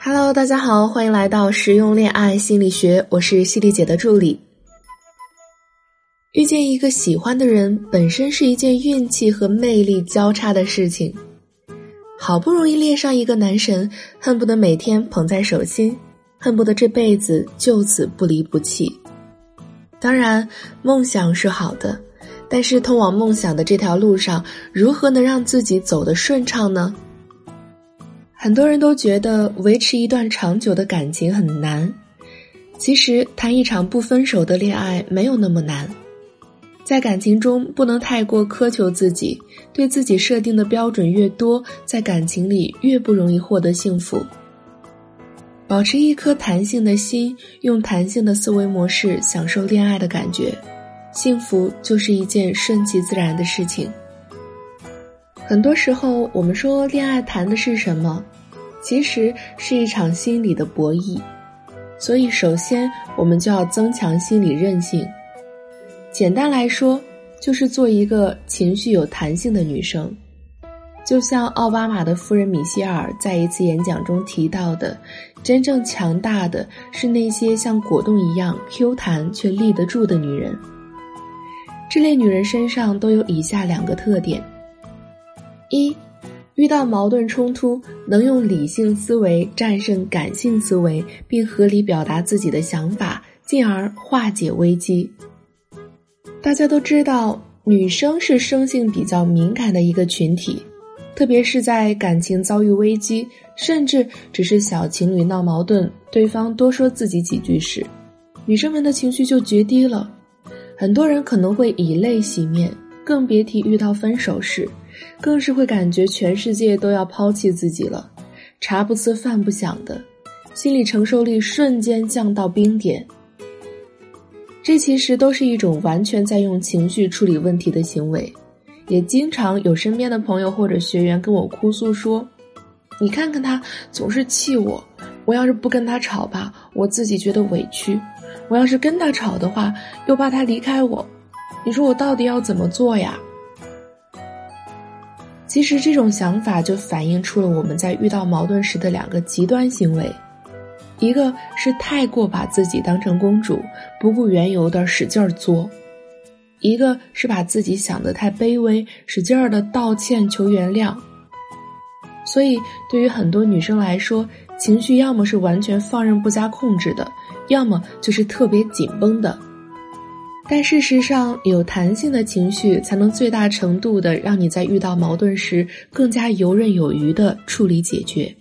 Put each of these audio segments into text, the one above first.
Hello， 大家好，欢迎来到实用恋爱心理学，我是犀利姐的助理。遇见一个喜欢的人本身是一件运气和魅力交叉的事情，好不容易恋上一个男神，恨不得每天捧在手心，恨不得这辈子就此不离不弃。当然，梦想是好的，但是通往梦想的这条路上，如何能让自己走得顺畅呢？很多人都觉得维持一段长久的感情很难，其实谈一场不分手的恋爱没有那么难。在感情中不能太过苛求自己，对自己设定的标准越多，在感情里越不容易获得幸福。保持一颗弹性的心，用弹性的思维模式享受恋爱的感觉，幸福就是一件顺其自然的事情。很多时候我们说恋爱谈的是什么，其实是一场心理的博弈。所以首先我们就要增强心理韧性。简单来说，就是做一个情绪有弹性的女生。就像奥巴马的夫人米歇尔在一次演讲中提到的，真正强大的是那些像果冻一样 Q 弹却立得住的女人。这类女人身上都有以下两个特点：一，遇到矛盾冲突，能用理性思维战胜感性思维，并合理表达自己的想法，进而化解危机。大家都知道，女生是生性比较敏感的一个群体，特别是在感情遭遇危机，甚至只是小情侣闹矛盾，对方多说自己几句时，女生们的情绪就决堤了。很多人可能会以泪洗面，更别提遇到分手时，更是会感觉全世界都要抛弃自己了，茶不思饭不想的，心理承受力瞬间降到冰点。这其实都是一种完全在用情绪处理问题的行为。也经常有身边的朋友或者学员跟我哭诉说，你看看他总是气我，我要是不跟他吵吧，我自己觉得委屈，我要是跟他吵的话，又怕他离开我，你说我到底要怎么做呀？其实这种想法就反映出了我们在遇到矛盾时的两个极端行为。一个是太过把自己当成公主，不顾缘由的使劲作；一个是把自己想得太卑微，使劲的道歉求原谅。所以对于很多女生来说，情绪要么是完全放任不加控制的，要么就是特别紧绷的。但事实上，有弹性的情绪才能最大程度的让你在遇到矛盾时更加游刃有余的处理解决。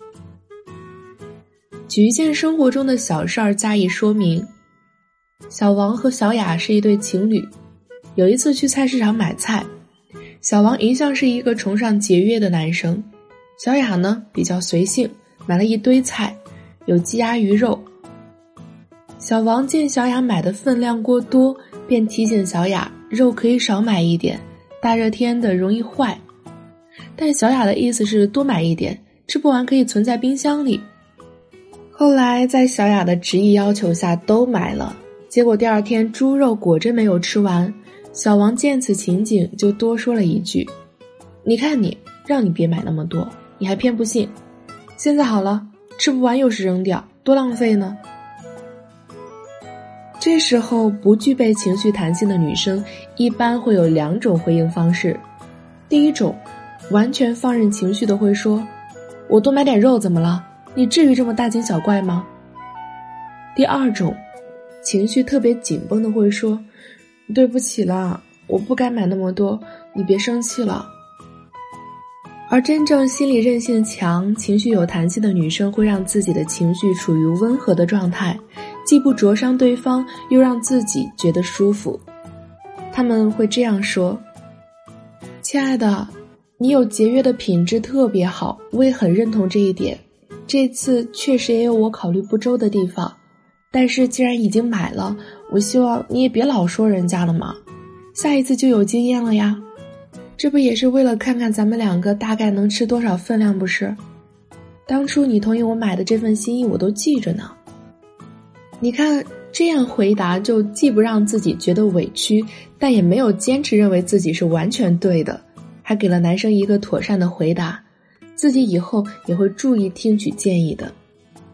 举一件生活中的小事儿加以说明。小王和小雅是一对情侣，有一次去菜市场买菜，小王一向是一个崇尚节约的男生，小雅呢比较随性，买了一堆菜，有鸡鸭鱼肉。小王见小雅买的分量过多，便提醒小雅肉可以少买一点，大热天的容易坏。但小雅的意思是多买一点，吃不完可以存在冰箱里。后来在小雅的执意要求下都买了，结果第二天猪肉果真没有吃完。小王见此情景就多说了一句，你看你，让你别买那么多，你还偏不信，现在好了，吃不完又是扔掉，多浪费呢。这时候不具备情绪弹性的女生一般会有两种回应方式。第一种，完全放任情绪的会说，我多买点肉怎么了，你至于这么大惊小怪吗？第二种，情绪特别紧绷的会说，对不起啦，我不该买那么多，你别生气了。而真正心理韧性强、情绪有弹性的女生会让自己的情绪处于温和的状态，既不灼伤对方，又让自己觉得舒服。她们会这样说，亲爱的，你有节约的品质特别好，我也很认同这一点，这次确实也有我考虑不周的地方，但是既然已经买了，我希望你也别老说人家了嘛，下一次就有经验了呀。这不也是为了看看咱们两个大概能吃多少分量不是？当初你同意我买的这份心意我都记着呢。你看，这样回答就既不让自己觉得委屈，但也没有坚持认为自己是完全对的，还给了男生一个妥善的回答，自己以后也会注意听取建议的。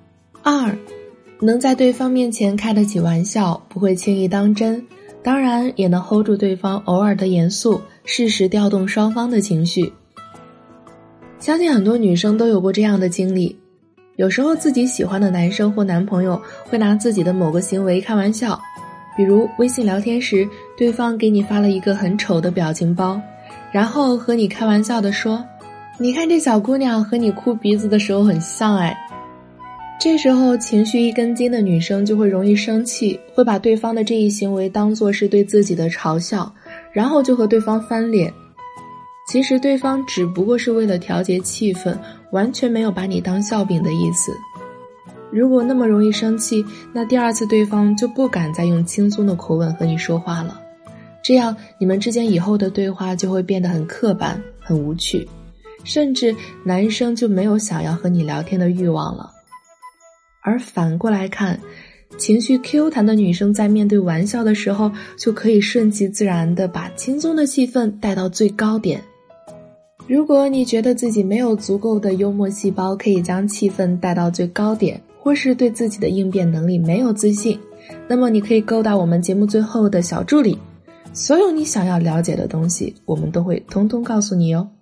2，能在对方面前开得起玩笑，不会轻易当真，当然也能 hold 住对方偶尔的严肃，适时调动双方的情绪。相信很多女生都有过这样的经历，有时候自己喜欢的男生或男朋友会拿自己的某个行为开玩笑，比如微信聊天时，对方给你发了一个很丑的表情包，然后和你开玩笑地说，你看这小姑娘和你哭鼻子的时候很像哎。这时候情绪一根筋的女生就会容易生气，会把对方的这一行为当作是对自己的嘲笑，然后就和对方翻脸。其实对方只不过是为了调节气氛，完全没有把你当笑柄的意思。如果那么容易生气，那第2次对方就不敢再用轻松的口吻和你说话了，这样你们之间以后的对话就会变得很刻板，很无趣，甚至男生就没有想要和你聊天的欲望了。而反过来看，情绪 Q 弹的女生在面对玩笑的时候，就可以顺其自然地把轻松的气氛带到最高点。如果你觉得自己没有足够的幽默细胞可以将气氛带到最高点，或是对自己的应变能力没有自信，那么你可以勾搭我们节目最后的小助理，所有你想要了解的东西，我们都会通通告诉你哦。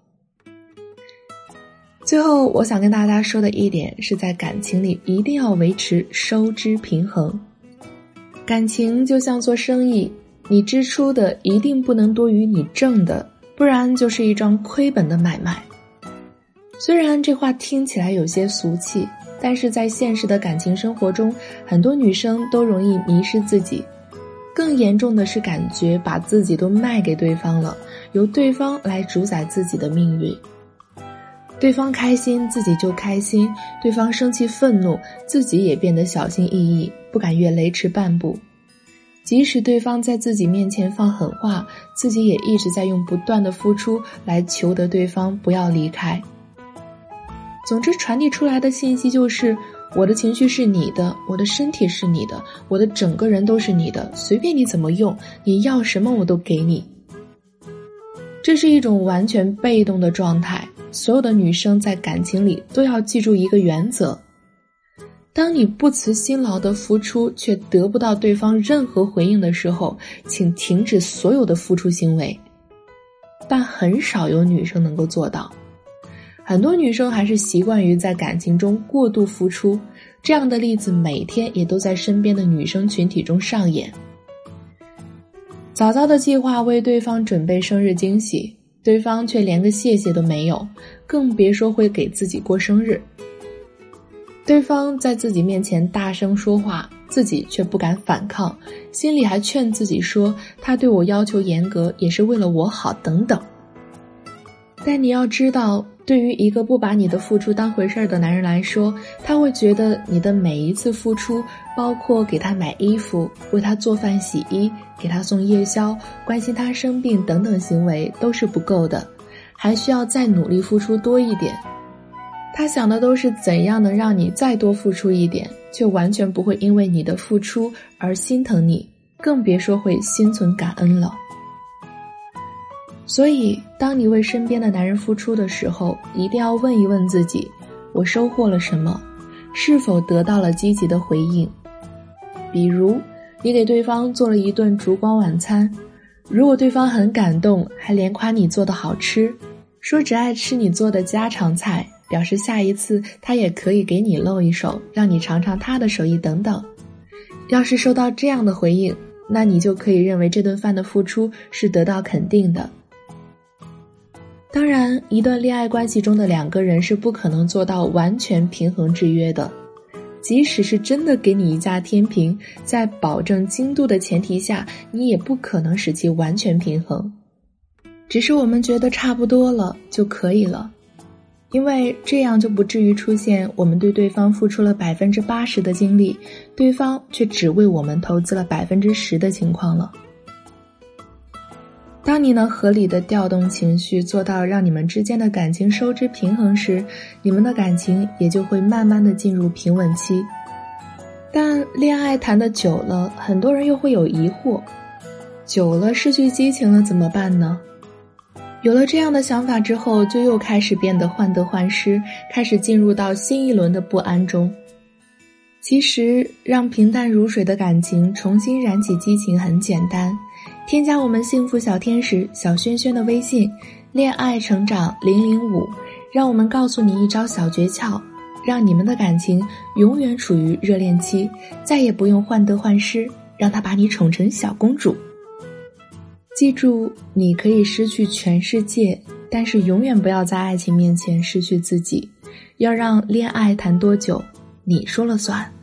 最后我想跟大家说的一点是，在感情里一定要维持收支平衡。感情就像做生意，你支出的一定不能多于你挣的，不然就是一桩亏本的买卖。虽然这话听起来有些俗气，但是在现实的感情生活中，很多女生都容易迷失自己，更严重的是感觉把自己都卖给对方了，由对方来主宰自己的命运。对方开心自己就开心，对方生气愤怒自己也变得小心翼翼，不敢越雷池半步。即使对方在自己面前放狠话，自己也一直在用不断的付出来求得对方不要离开。总之传递出来的信息就是，我的情绪是你的，我的身体是你的，我的整个人都是你的，随便你怎么用，你要什么我都给你。这是一种完全被动的状态，所有的女生在感情里都要记住一个原则，当你不辞辛劳的付出却得不到对方任何回应的时候，请停止所有的付出行为。但很少有女生能够做到，很多女生还是习惯于在感情中过度付出，这样的例子每天也都在身边的女生群体中上演。早早的计划为对方准备生日惊喜，对方却连个谢谢都没有，更别说会给自己过生日。对方在自己面前大声说话，自己却不敢反抗，心里还劝自己说他对我要求严格也是为了我好等等。但你要知道，对于一个不把你的付出当回事的男人来说，他会觉得你的每一次付出，包括给他买衣服、为他做饭洗衣、给他送夜宵、关心他生病等等行为都是不够的，还需要再努力付出多一点。他想的都是怎样能让你再多付出一点，却完全不会因为你的付出而心疼你，更别说会心存感恩了。所以当你为身边的男人付出的时候，一定要问一问自己，我收获了什么？是否得到了积极的回应？比如你给对方做了一顿烛光晚餐，如果对方很感动，还连夸你做的好吃，说只爱吃你做的家常菜，表示下一次他也可以给你露一手，让你尝尝他的手艺等等。要是收到这样的回应，那你就可以认为这顿饭的付出是得到肯定的。当然，一段恋爱关系中的两个人是不可能做到完全平衡制约的，即使是真的给你一架天平，在保证精度的前提下，你也不可能使其完全平衡。只是我们觉得差不多了就可以了，因为这样就不至于出现我们对对方付出了 80% 的精力，对方却只为我们投资了 10% 的情况了。当你能合理的调动情绪，做到让你们之间的感情收支平衡时，你们的感情也就会慢慢的进入平稳期。但恋爱谈得久了，很多人又会有疑惑，久了失去激情了怎么办呢？有了这样的想法之后，就又开始变得患得患失，开始进入到新一轮的不安中。 其实，让平淡如水的感情重新燃起激情很简单，添加我们幸福小天使小轩轩的微信，恋爱成长005，让我们告诉你一招小诀窍，让你们的感情永远处于热恋期，再也不用患得患失，让他把你宠成小公主。记住，你可以失去全世界，但是永远不要在爱情面前失去自己。要让恋爱谈多久，你说了算。